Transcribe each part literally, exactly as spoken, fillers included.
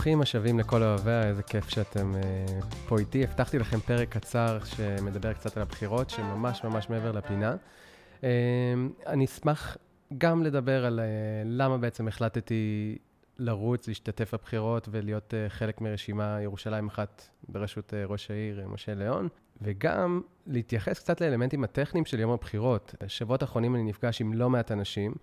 ברוכים השבים לכל אוהביה, איזה כיף שאתם uh, פה איתי. הבטחתי לכם פרק קצר שמדבר קצת על הבחירות, שממש ממש מעבר לפינה. Uh, אני אשמח גם לדבר על uh, למה בעצם החלטתי לרוץ, להשתתף בבחירות ולהיות uh, חלק מרשימה ירושלים אחת בראשות uh, ראש העיר משה ליאון, וגם להתייחס קצת לאלמנטים הטכניים של יום הבחירות. שבועות האחרונים אני נפגש עם לא מעט אנשים,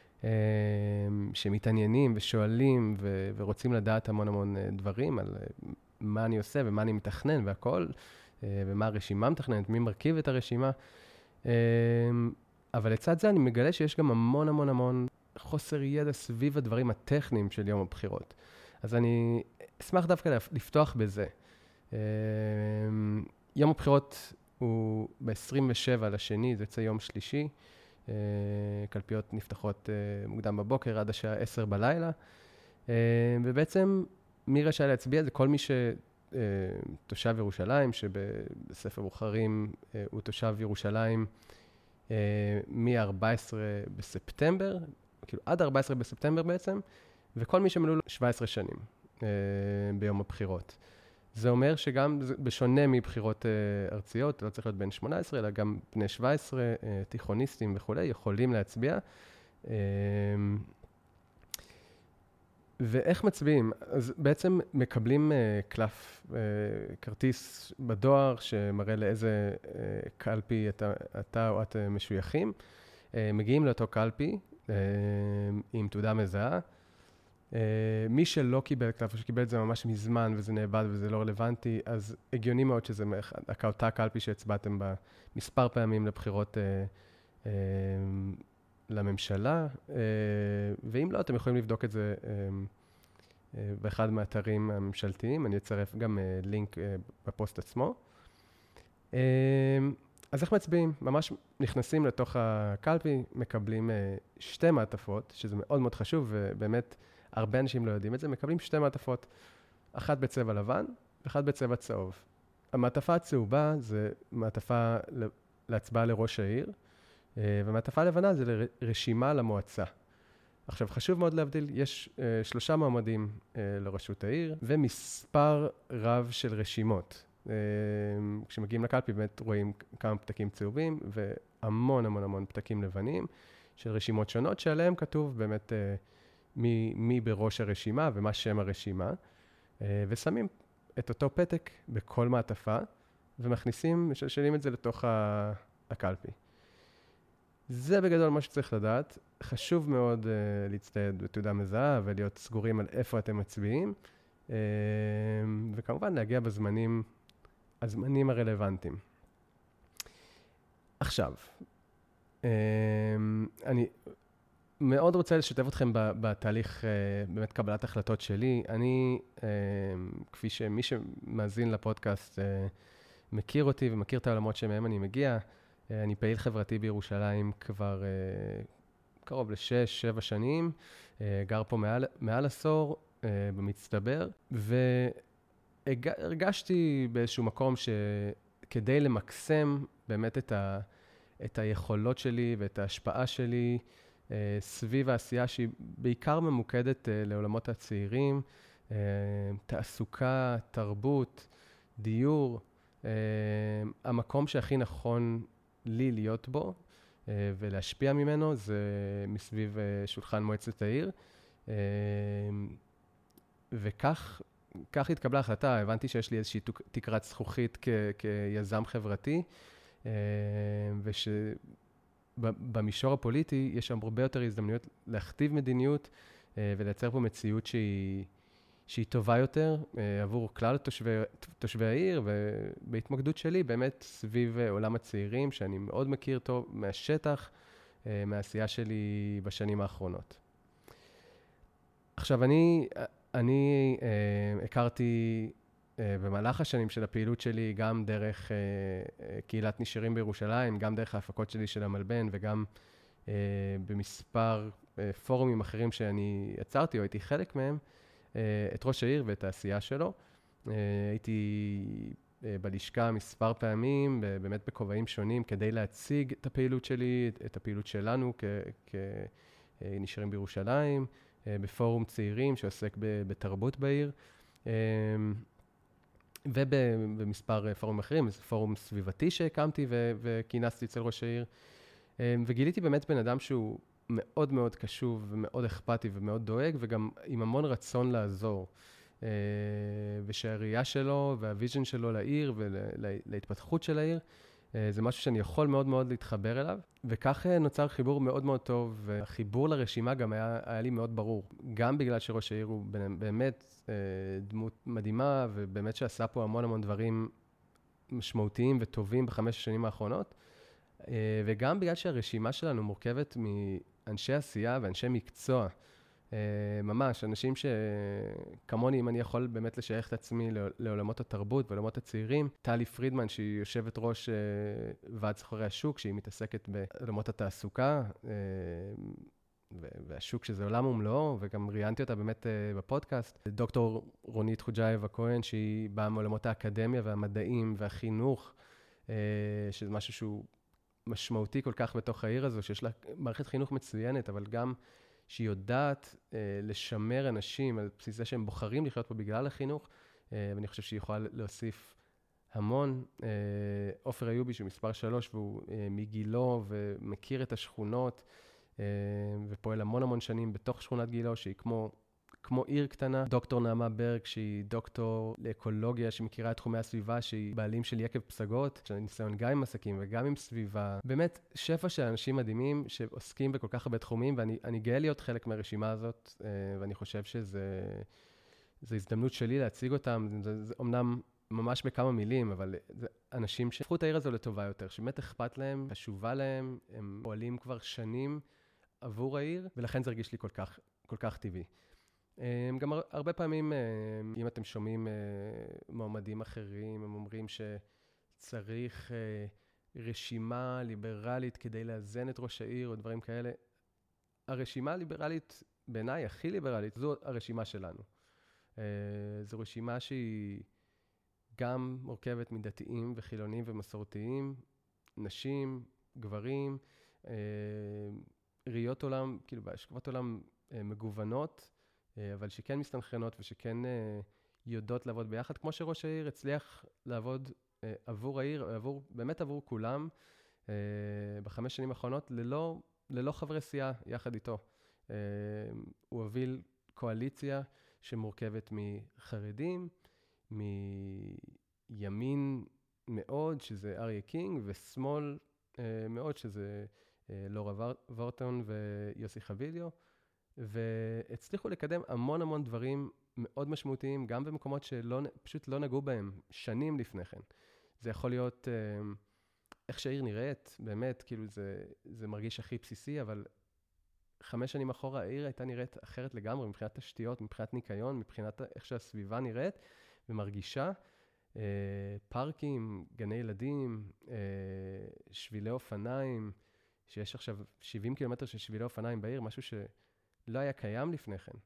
שמתעניינים ושואלים ו- ורוצים לדעת המון המון דברים על מה אני עושה ומה אני מתכנן והכל, ומה הרשימה מתכננת, מי מרכיב את הרשימה. אבל לצד זה אני מגלה שיש גם המון המון המון חוסר ידע סביב הדברים הטכניים של יום הבחירות. אז אני אשמח דווקא לפתוח בזה. יום הבחירות הוא ב-עשרים ושבעה לשני, זה יוצא יום שלישי. קלפיות נפתחות מוקדם בבוקר עד השעה עשר בלילה, ובעצם מי רשאי להצביע זה כל מי שתושב ירושלים, שבספר בוחרים הוא תושב ירושלים מ-ארבעה עשר בספטמבר, כאילו עד ארבעה עשר בספטמבר בעצם, וכל מי שמלאו לו שבע עשרה שנים ביום הבחירות. זה אומר שגם בשונה מבחירות uh, ארציות, לא צריך להיות בין שמונה עשרה, אלא גם בני שבע עשרה, uh, תיכוניסטים וכו', יכולים להצביע. Uh, ואיך מצביעים? אז בעצם מקבלים uh, קלף, uh, כרטיס בדואר, שמראה לאיזה uh, קלפי אתה, אתה או את uh, משויכים. Uh, מגיעים לאותו קלפי uh, עם תעודה מזהה. Uh, מי שלא קיבל קלף, או שקיבל את זה ממש מזמן, וזה נאבד וזה לא רלוונטי, אז הגיוני מאוד שזה אותה קלפי שהצבעתם בה מספר פעמים לבחירות uh, uh, לממשלה, uh, ואם לא, אתם יכולים לבדוק את זה uh, uh, באחד מהאתרים הממשלתיים, אני אצרף גם uh, לינק uh, בפוסט עצמו. Uh, אז איך מצביעים? ממש נכנסים לתוך הקלפי, מקבלים uh, שתי מעטפות, שזה מאוד מאוד חשוב, ובאמת, הרבה אנשים לא יודעים את זה, מקבלים שתי מעטפות, אחת בצבע לבן ואחת בצבע צהוב. המעטפה הצהובה זה מעטפה להצבעה לראש העיר, והמעטפה הלבנה זה לרשימה למועצה. עכשיו, חשוב מאוד להבדיל, יש שלושה מועמדים לראשות העיר, ומספר רב של רשימות. כשמגיעים לקלפי באמת רואים כמה פתקים צהובים, והמון המון המון פתקים לבנים, של רשימות שונות, שעליהם כתוב באמת מי, מי בראש הרשימה ומה שם הרשימה, ושמים את אותו פתק בכל מעטפה, ומכניסים, משלשלים את זה לתוך הקלפי. זה בגדול מה שצריך לדעת. חשוב מאוד uh, להצטייד בתעודה מזהה ולהיות סגורים על איפה אתם מצביעים, uh, וכמובן להגיע בזמנים, הזמנים הרלוונטיים. עכשיו, uh, אני מאוד רוצה לשתף אתכם בתהליך uh, באמת קבלת החלטות שלי. אני, uh, כפי שמי שמאזין לפודקאסט uh, מכיר אותי ומכיר את העולמות שמהם אני מגיע, uh, אני פעיל חברתי בירושלים כבר uh, קרוב לשש, שבע שנים, uh, גר פה מעל, מעל עשור uh, במצטבר, והרגשתי באיזשהו מקום שכדי למקסם באמת את, ה, את היכולות שלי ואת ההשפעה שלי, Uh, סביב העשייה שהיא בעיקר ממוקדת uh, לעולמות הצעירים, uh, תעסוקה, תרבות, דיור, uh, המקום שהכי נכון לי להיות בו uh, ולהשפיע ממנו זה מסביב uh, שולחן מועצת העיר. Uh, וכך כך התקבלה החלטה, הבנתי שיש לי איזושהי תקרת זכוכית כ- כיזם חברתי, uh, וש... במישור הפוליטי יש שם הרבה יותר הזדמנויות להכתיב מדיניות ולייצר פה מציאות שהיא, שהיא טובה יותר עבור כלל תושבי, תושבי העיר, ובהתמקדות שלי באמת סביב עולם הצעירים שאני מאוד מכיר טוב מהשטח, מהעשייה שלי בשנים האחרונות. עכשיו אני, אני הכרתי במהלך השנים של הפעילות שלי, גם דרך uh, קהילת נשארים בירושלים, גם דרך ההפקות שלי של המלבן, וגם uh, במספר uh, פורומים אחרים שאני יצרתי, או הייתי חלק מהם, uh, את ראש העיר ואת העשייה שלו. Uh, הייתי uh, בלשכה מספר פעמים, באמת בכובעים שונים, כדי להציג את הפעילות שלי, את הפעילות שלנו כנשארים בירושלים, uh, בפורום צעירים שעוסק בתרבות בעיר, ובמספר פורומים אחרים, זה פורום סביבתי שהקמתי וכינסתי אצל ראש העיר, וגיליתי באמת בן אדם שהוא מאוד מאוד קשוב ומאוד אכפתי ומאוד דואג, וגם עם המון רצון לעזור. ושהראייה שלו והוויז'ן שלו לעיר ולהתפתחות של העיר, זה משהו שאני יכול מאוד מאוד להתחבר אליו, וכך נוצר חיבור מאוד מאוד טוב, והחיבור לרשימה גם היה, היה לי מאוד ברור. גם בגלל שראש העיר הוא באמת דמות מדהימה, ובאמת שעשה פה המון המון דברים משמעותיים וטובים בחמש השנים האחרונות, וגם בגלל שהרשימה שלנו מורכבת מאנשי עשייה ואנשי מקצוע, ממש, אנשים שכמוני, אם אני יכול באמת לשייך את עצמי לעולמות התרבות ועולמות הצעירים, טלי פרידמן, שהיא יושבת ראש ועד סוחרי השוק, שהיא מתעסקת בעולמות התעסוקה, והשוק שזה עולם ומלואו, וגם ראיינתי אותה באמת בפודקאסט. דוקטור רונית חוג'אייב הכהן, שהיא באה מעולמות האקדמיה והמדעים והחינוך, שזה משהו שהוא משמעותי כל כך בתוך העיר הזו, שיש לה מערכת חינוך מצוינת, אבל גם שהיא יודעת אה, לשמר אנשים על בסיס זה שהם בוחרים לחיות פה בגלל החינוך, אה, ואני חושב שהיא יכולה להוסיף המון. אה, עופר איובי שהוא מספר שלוש, והוא אה, מגילו ומכיר את השכונות, אה, ופועל המון המון שנים בתוך שכונת גילו, שהיא כמו, כמו עיר קטנה. דוקטור נעמה ברג, שהיא דוקטור לאקולוגיה, שמכירה את תחומי הסביבה, שהיא בעלים של יקב פסגות, שיש ניסיון גם עם עסקים וגם עם סביבה. באמת, שפע של אנשים מדהימים שעוסקים בכל כך הרבה תחומים, ואני אני גאה להיות חלק מהרשימה הזאת, ואני חושב שזה זו הזדמנות שלי להציג אותם. זה, זה אומנם ממש בכמה מילים, אבל זה אנשים שהפכו את העיר הזו לטובה יותר, שבאמת אכפת להם, חשובה להם, הם פועלים כבר שנים עבור העיר, ולכן זה הרגיש לי כל כך, כל כך טבעי. גם הרבה פעמים, אם אתם שומעים מועמדים אחרים, הם אומרים שצריך רשימה ליברלית כדי לאזן את ראש העיר או דברים כאלה. הרשימה הליברלית, בעיניי, הכי ליברלית, זו הרשימה שלנו. זו רשימה שהיא גם מורכבת מדתיים וחילונים ומסורתיים, נשים, גברים, ראיות עולם, כאילו בהשקפות עולם מגוונות, אבל שכן מסתנכרנות ושכן יודעות לעבוד ביחד, כמו שראש העיר הצליח לעבוד עבור העיר, עבור, באמת עבור כולם, בחמש שנים האחרונות, ללא, ללא חברי סיעה יחד איתו. הוא הוביל קואליציה שמורכבת מחרדים, מימין מאוד, שזה אריה קינג, ושמאל מאוד, שזה לורה וורטון ויוסי חביליו, והצליחו לקדם המון המון דברים מאוד משמעותיים, גם במקומות שפשוט לא נגעו בהם שנים לפני כן. זה יכול להיות איך שהעיר נראית, באמת, כאילו זה, זה מרגיש הכי בסיסי, אבל חמש שנים אחורה העיר הייתה נראית אחרת לגמרי, מבחינת תשתיות, מבחינת ניקיון, מבחינת איך שהסביבה נראית ומרגישה. פארקים, גני ילדים, שבילי אופניים, שיש עכשיו שבעים קילומטר של שבילי אופניים בעיר, משהו שלא היה קיים לפני כן.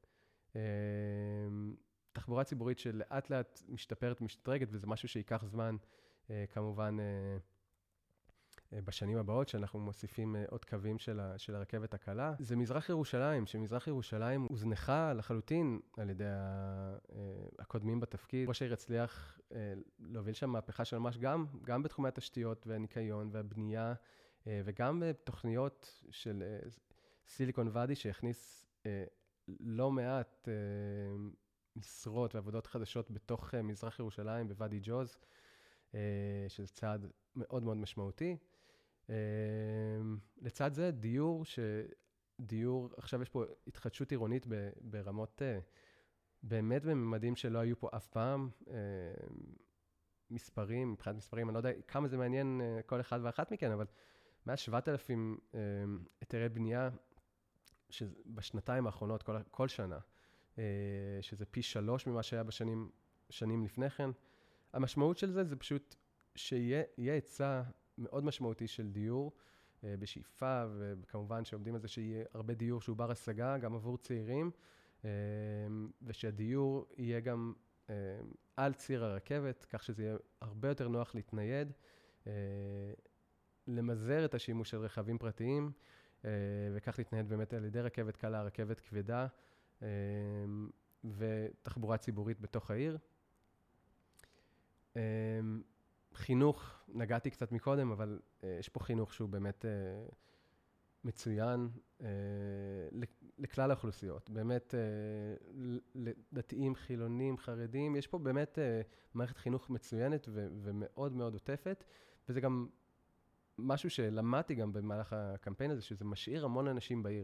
תחבורה ציבורית שלאט לאט משתפרת ומשתדרגת, וזה משהו שיקח זמן, כמובן, בשנים הבאות, שאנחנו מוסיפים עוד קווים של, ה, של הרכבת הקלה. זה מזרח ירושלים, שמזרח ירושלים הוזנחה לחלוטין על ידי הקודמים בתפקיד. ראש העיר הצליח להוביל שם מהפכה של ממש גם, גם בתחומי התשתיות והניקיון והבנייה, וגם בתוכניות של סיליקון ואדי, שהכניס לא מעט משרות ועבודות חדשות בתוך מזרח ירושלים, בוואדי ג'וז, שזה צעד מאוד מאוד משמעותי. לצד זה, דיור, שדיור, עכשיו יש פה התחדשות עירונית ברמות באמת בממדים שלא היו פה אף פעם. מספרים, מבחינת מספרים, אני לא יודע כמה זה מעניין כל אחד ואחת מכן, אבל מאה שבעת אלפים היתרי בנייה בשנתיים האחרונות, כל, כל שנה, שזה פי שלוש ממה שהיה בשנים שנים לפני כן. המשמעות של זה זה פשוט שיהיה היצע מאוד משמעותי של דיור בשאיפה, וכמובן שעומדים על זה שיהיה הרבה דיור שהוא בר השגה, גם עבור צעירים, ושהדיור יהיה גם על ציר הרכבת, כך שזה יהיה הרבה יותר נוח להתנייד, למזער את השימוש של רכבים פרטיים, וכך להתנייד באמת על ידי רכבת קלה, רכבת כבדה, ותחבורה ציבורית בתוך העיר. חינוך, נגעתי קצת מקודם, אבל יש פה חינוך שהוא באמת מצוין לכלל האוכלוסיות. באמת לדתיים, חילונים, חרדים, יש פה באמת מערכת חינוך מצוינת ומאוד מאוד עוטפת, וזה גם משהו שלמדתי גם במהלך הקמפיין הזה, שזה משאיר המון אנשים בעיר.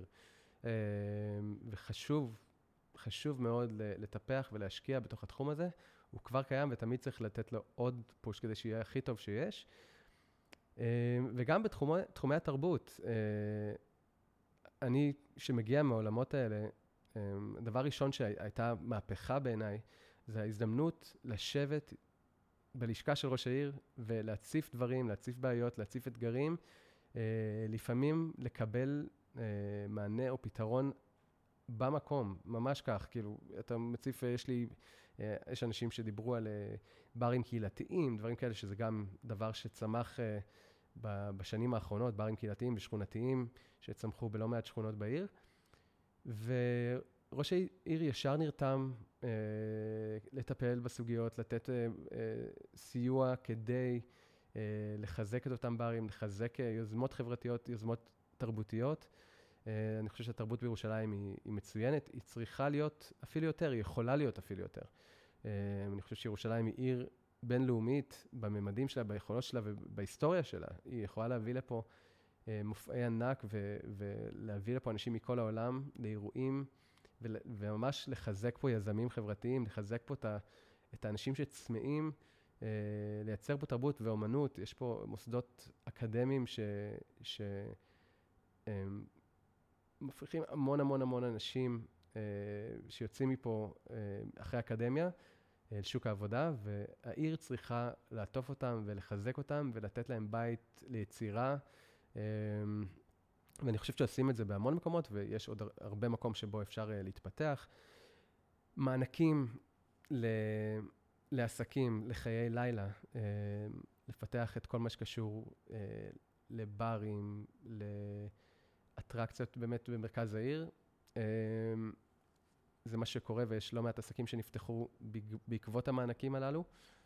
וחשוב, חשוב מאוד לטפח ולהשקיע בתוך התחום הזה. הוא כבר קיים ותמיד צריך לתת לו עוד פוש כדי שיהיה הכי טוב שיש. וגם בתחומי התרבות, אני שמגיע מהעולמות האלה, הדבר ראשון שהייתה מהפכה בעיניי, זה ההזדמנות לשבת בלשכה של ראש העיר ולהציף דברים, להציף בעיות, להציף אתגרים, לפעמים לקבל מענה או פתרון במקום, ממש כך, כאילו, אתה מציף, יש לי, יש אנשים שדיברו על ברים קהילתיים, דברים כאלה שזה גם דבר שצמח בשנים האחרונות, ברים קהילתיים ושכונתיים, שצמחו בלא מעט שכונות בעיר, וראש העיר ישר נרתם אה, לטפל בסוגיות, לתת אה, סיוע כדי אה, לחזק את אותם ברים, לחזק יוזמות חברתיות, יוזמות תרבותיות. אה, אני חושב שהתרבות בירושלים היא, היא מצוינת, היא צריכה להיות אפילו יותר, היא יכולה להיות אפילו יותר. אה, אני חושב שירושלים היא עיר בינלאומית בממדים שלה, ביכולות שלה ובהיסטוריה שלה. היא יכולה להביא לפה אה, מופעי ענק ו- ולהביא לפה אנשים מכל העולם לאירועים, ו- וממש לחזק פה יזמים חברתיים, לחזק פה את, ה- את האנשים שצמאים, אה, לייצר פה תרבות ואומנות. יש פה מוסדות אקדמיים ש... ש- אה, מפריחים המון המון המון אנשים אה, שיוצאים מפה אה, אחרי אקדמיה, אל שוק העבודה, והעיר צריכה לעטוף אותם ולחזק אותם ולתת להם בית ליצירה. ואני חושב שעושים את זה בהמון מקומות, ויש עוד הרבה מקום שבו אפשר להתפתח. מענקים לעסקים, לחיי לילה, לפתח את כל מה שקשור לברים, לאטרקציות באמת במרכז העיר. זה מה שקורה, ויש לא מעט עסקים שנפתחו בעקבות המענקים הללו.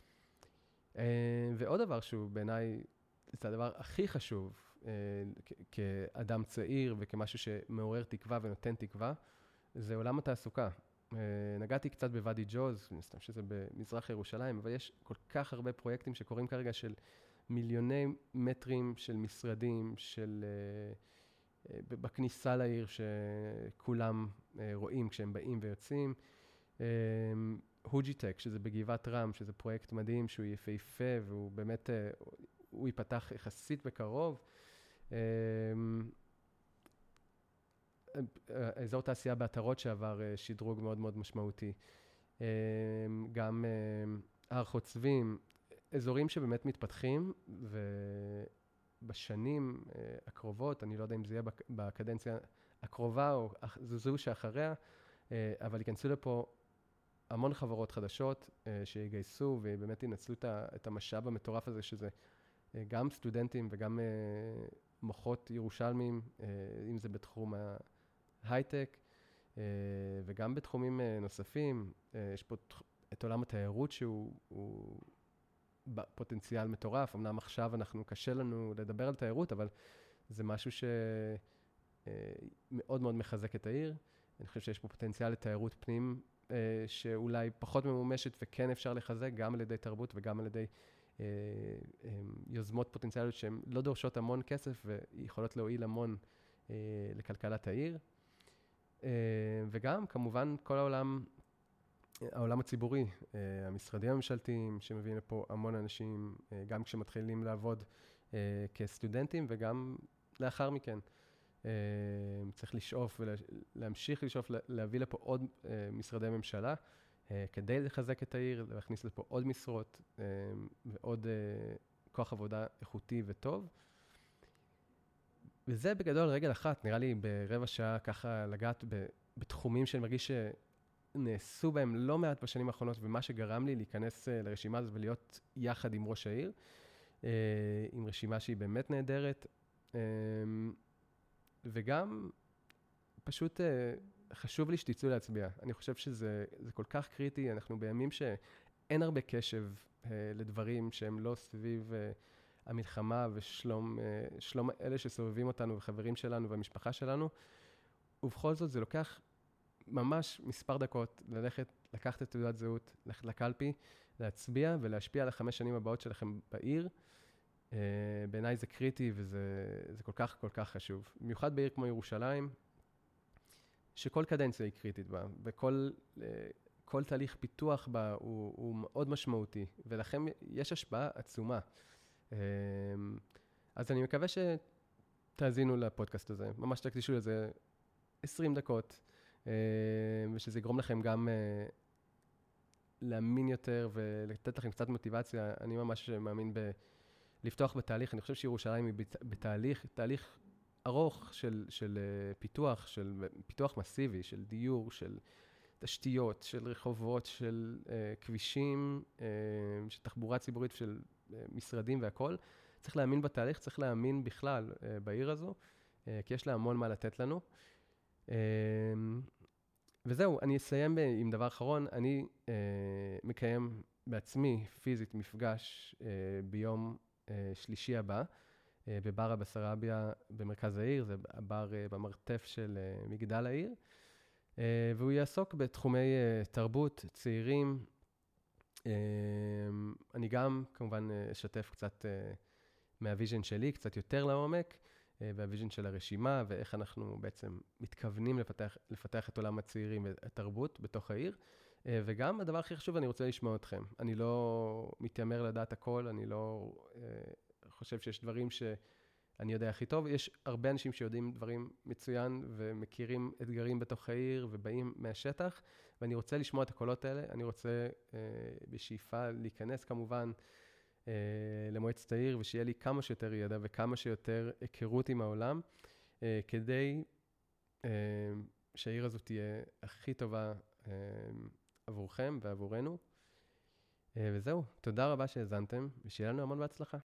ועוד דבר שהוא בעיניי, זה הדבר הכי חשוב כאדם צעיר וכמשהו שמעורר תקווה ונותן תקווה, זה עולם התעסוקה. נגעתי קצת בוואדי ג'וז, מסתם שזה במזרח ירושלים, אבל יש כל כך הרבה פרויקטים שקורים כרגע של מיליוני מטרים של משרדים, של... בכניסה לעיר שכולם רואים כשהם באים ויוצאים. הוג'יטק, שזה בגבעת רם, שזה פרויקט מדהים, שהוא יפהפה, והוא באמת, הוא ייפתח יחסית בקרוב. אזור תעשייה בעטרות שעבר שדרוג מאוד מאוד משמעותי. גם הר חוצבים, אזורים שבאמת מתפתחים, ו... בשנים הקרובות, אני לא יודע אם זה יהיה בקדנציה הקרובה או זו שאחריה, אבל ייכנסו לפה המון חברות חדשות שיגייסו ובאמת ינצלו את המשאב המטורף הזה, שזה גם סטודנטים וגם מוחות ירושלמים, אם זה בתחום ההייטק וגם בתחומים נוספים. יש פה את עולם התיירות שהוא... פוטנציאל מטורף. אמנם עכשיו אנחנו, קשה לנו לדבר על תיירות, אבל זה משהו שמאוד מאוד מחזק את העיר. אני חושב שיש פה פוטנציאל לתיירות פנים, שאולי פחות ממומשת וכן אפשר לחזק, גם על ידי תרבות וגם על ידי יוזמות פוטנציאליות שהן לא דורשות המון כסף ויכולות להועיל המון לכלכלת העיר. וגם, כמובן, כל העולם... העולם הציבורי, המשרדים הממשלתיים שמביאים לפה המון אנשים, גם כשמתחילים לעבוד כסטודנטים וגם לאחר מכן. צריך לשאוף ולהמשיך לשאוף להביא לפה עוד משרדי ממשלה, כדי לחזק את העיר, להכניס לפה עוד משרות ועוד כוח עבודה איכותי וטוב. וזה בגדול רגל אחת, נראה לי ברבע שעה ככה לגעת בתחומים שאני מרגיש ש... נעשו בהם לא מעט בשנים האחרונות, ומה שגרם לי להיכנס לרשימה הזאת ולהיות יחד עם ראש העיר, עם רשימה שהיא באמת נהדרת, וגם פשוט חשוב לי שתצאו להצביע. אני חושב שזה זה כל כך קריטי, אנחנו בימים שאין הרבה קשב אה, לדברים שהם לא סביב אה, המלחמה ושלום אה, שלום אלה שסובבים אותנו וחברים שלנו והמשפחה שלנו, ובכל זאת זה לוקח ממש מספר דקות ללכת, לקחת את תעודת זהות, ללכת לקלפי, להצביע ולהשפיע על החמש שנים הבאות שלכם בעיר. Uh, בעיניי זה קריטי וזה זה כל כך כל כך חשוב. במיוחד בעיר כמו ירושלים, שכל קדנציה היא קריטית בה, וכל uh, כל תהליך פיתוח בה הוא, הוא מאוד משמעותי, ולכם יש השפעה עצומה. Uh, אז אני מקווה שתאזינו לפודקאסט הזה, ממש תקדישו לזה עשרים דקות, uh, ושזה יגרום לכם גם uh, להאמין יותר ולתת לכם קצת מוטיבציה. אני ממש מאמין ב... לפתוח בתהליך. אני חושב שירושלים היא בתהליך, תהליך ארוך של, של פיתוח, של פיתוח מסיבי, של דיור, של תשתיות, של רחובות, של uh, כבישים, uh, של תחבורה ציבורית, של uh, משרדים והכל. צריך להאמין בתהליך, צריך להאמין בכלל uh, בעיר הזו, uh, כי יש לה המון מה לתת לנו. Uh, וזהו, אני אסיים עם דבר אחרון. אני uh, מקיים בעצמי פיזית מפגש uh, ביום שלישי הבא, בבר הבסרביה במרכז העיר, זה הבר במרתף של מגדל העיר, והוא יעסוק בתחומי תרבות, צעירים. אני גם כמובן אשתף קצת מהוויז'ן שלי, קצת יותר לעומק, והוויז'ן של הרשימה, ואיך אנחנו בעצם מתכוונים לפתח, לפתח את עולם הצעירים והתרבות בתוך העיר. וגם הדבר הכי חשוב, אני רוצה לשמוע אתכם. אני לא מתיימר לדעת הכל, אני לא חושב שיש דברים שאני יודע הכי טוב. יש הרבה אנשים שיודעים דברים מצוין ומכירים אתגרים בתוך העיר ובאים מהשטח, ואני רוצה לשמוע את הקולות האלה. אני רוצה בשאיפה להיכנס כמובן למועצת העיר, ושיהיה לי כמה שיותר ידע וכמה שיותר היכרות עם העולם, כדי שהעיר הזו תהיה הכי טובה עבורכם ועבורנו. וזהו, תודה רבה שהזנתם, ושיהיה לנו המון בהצלחה.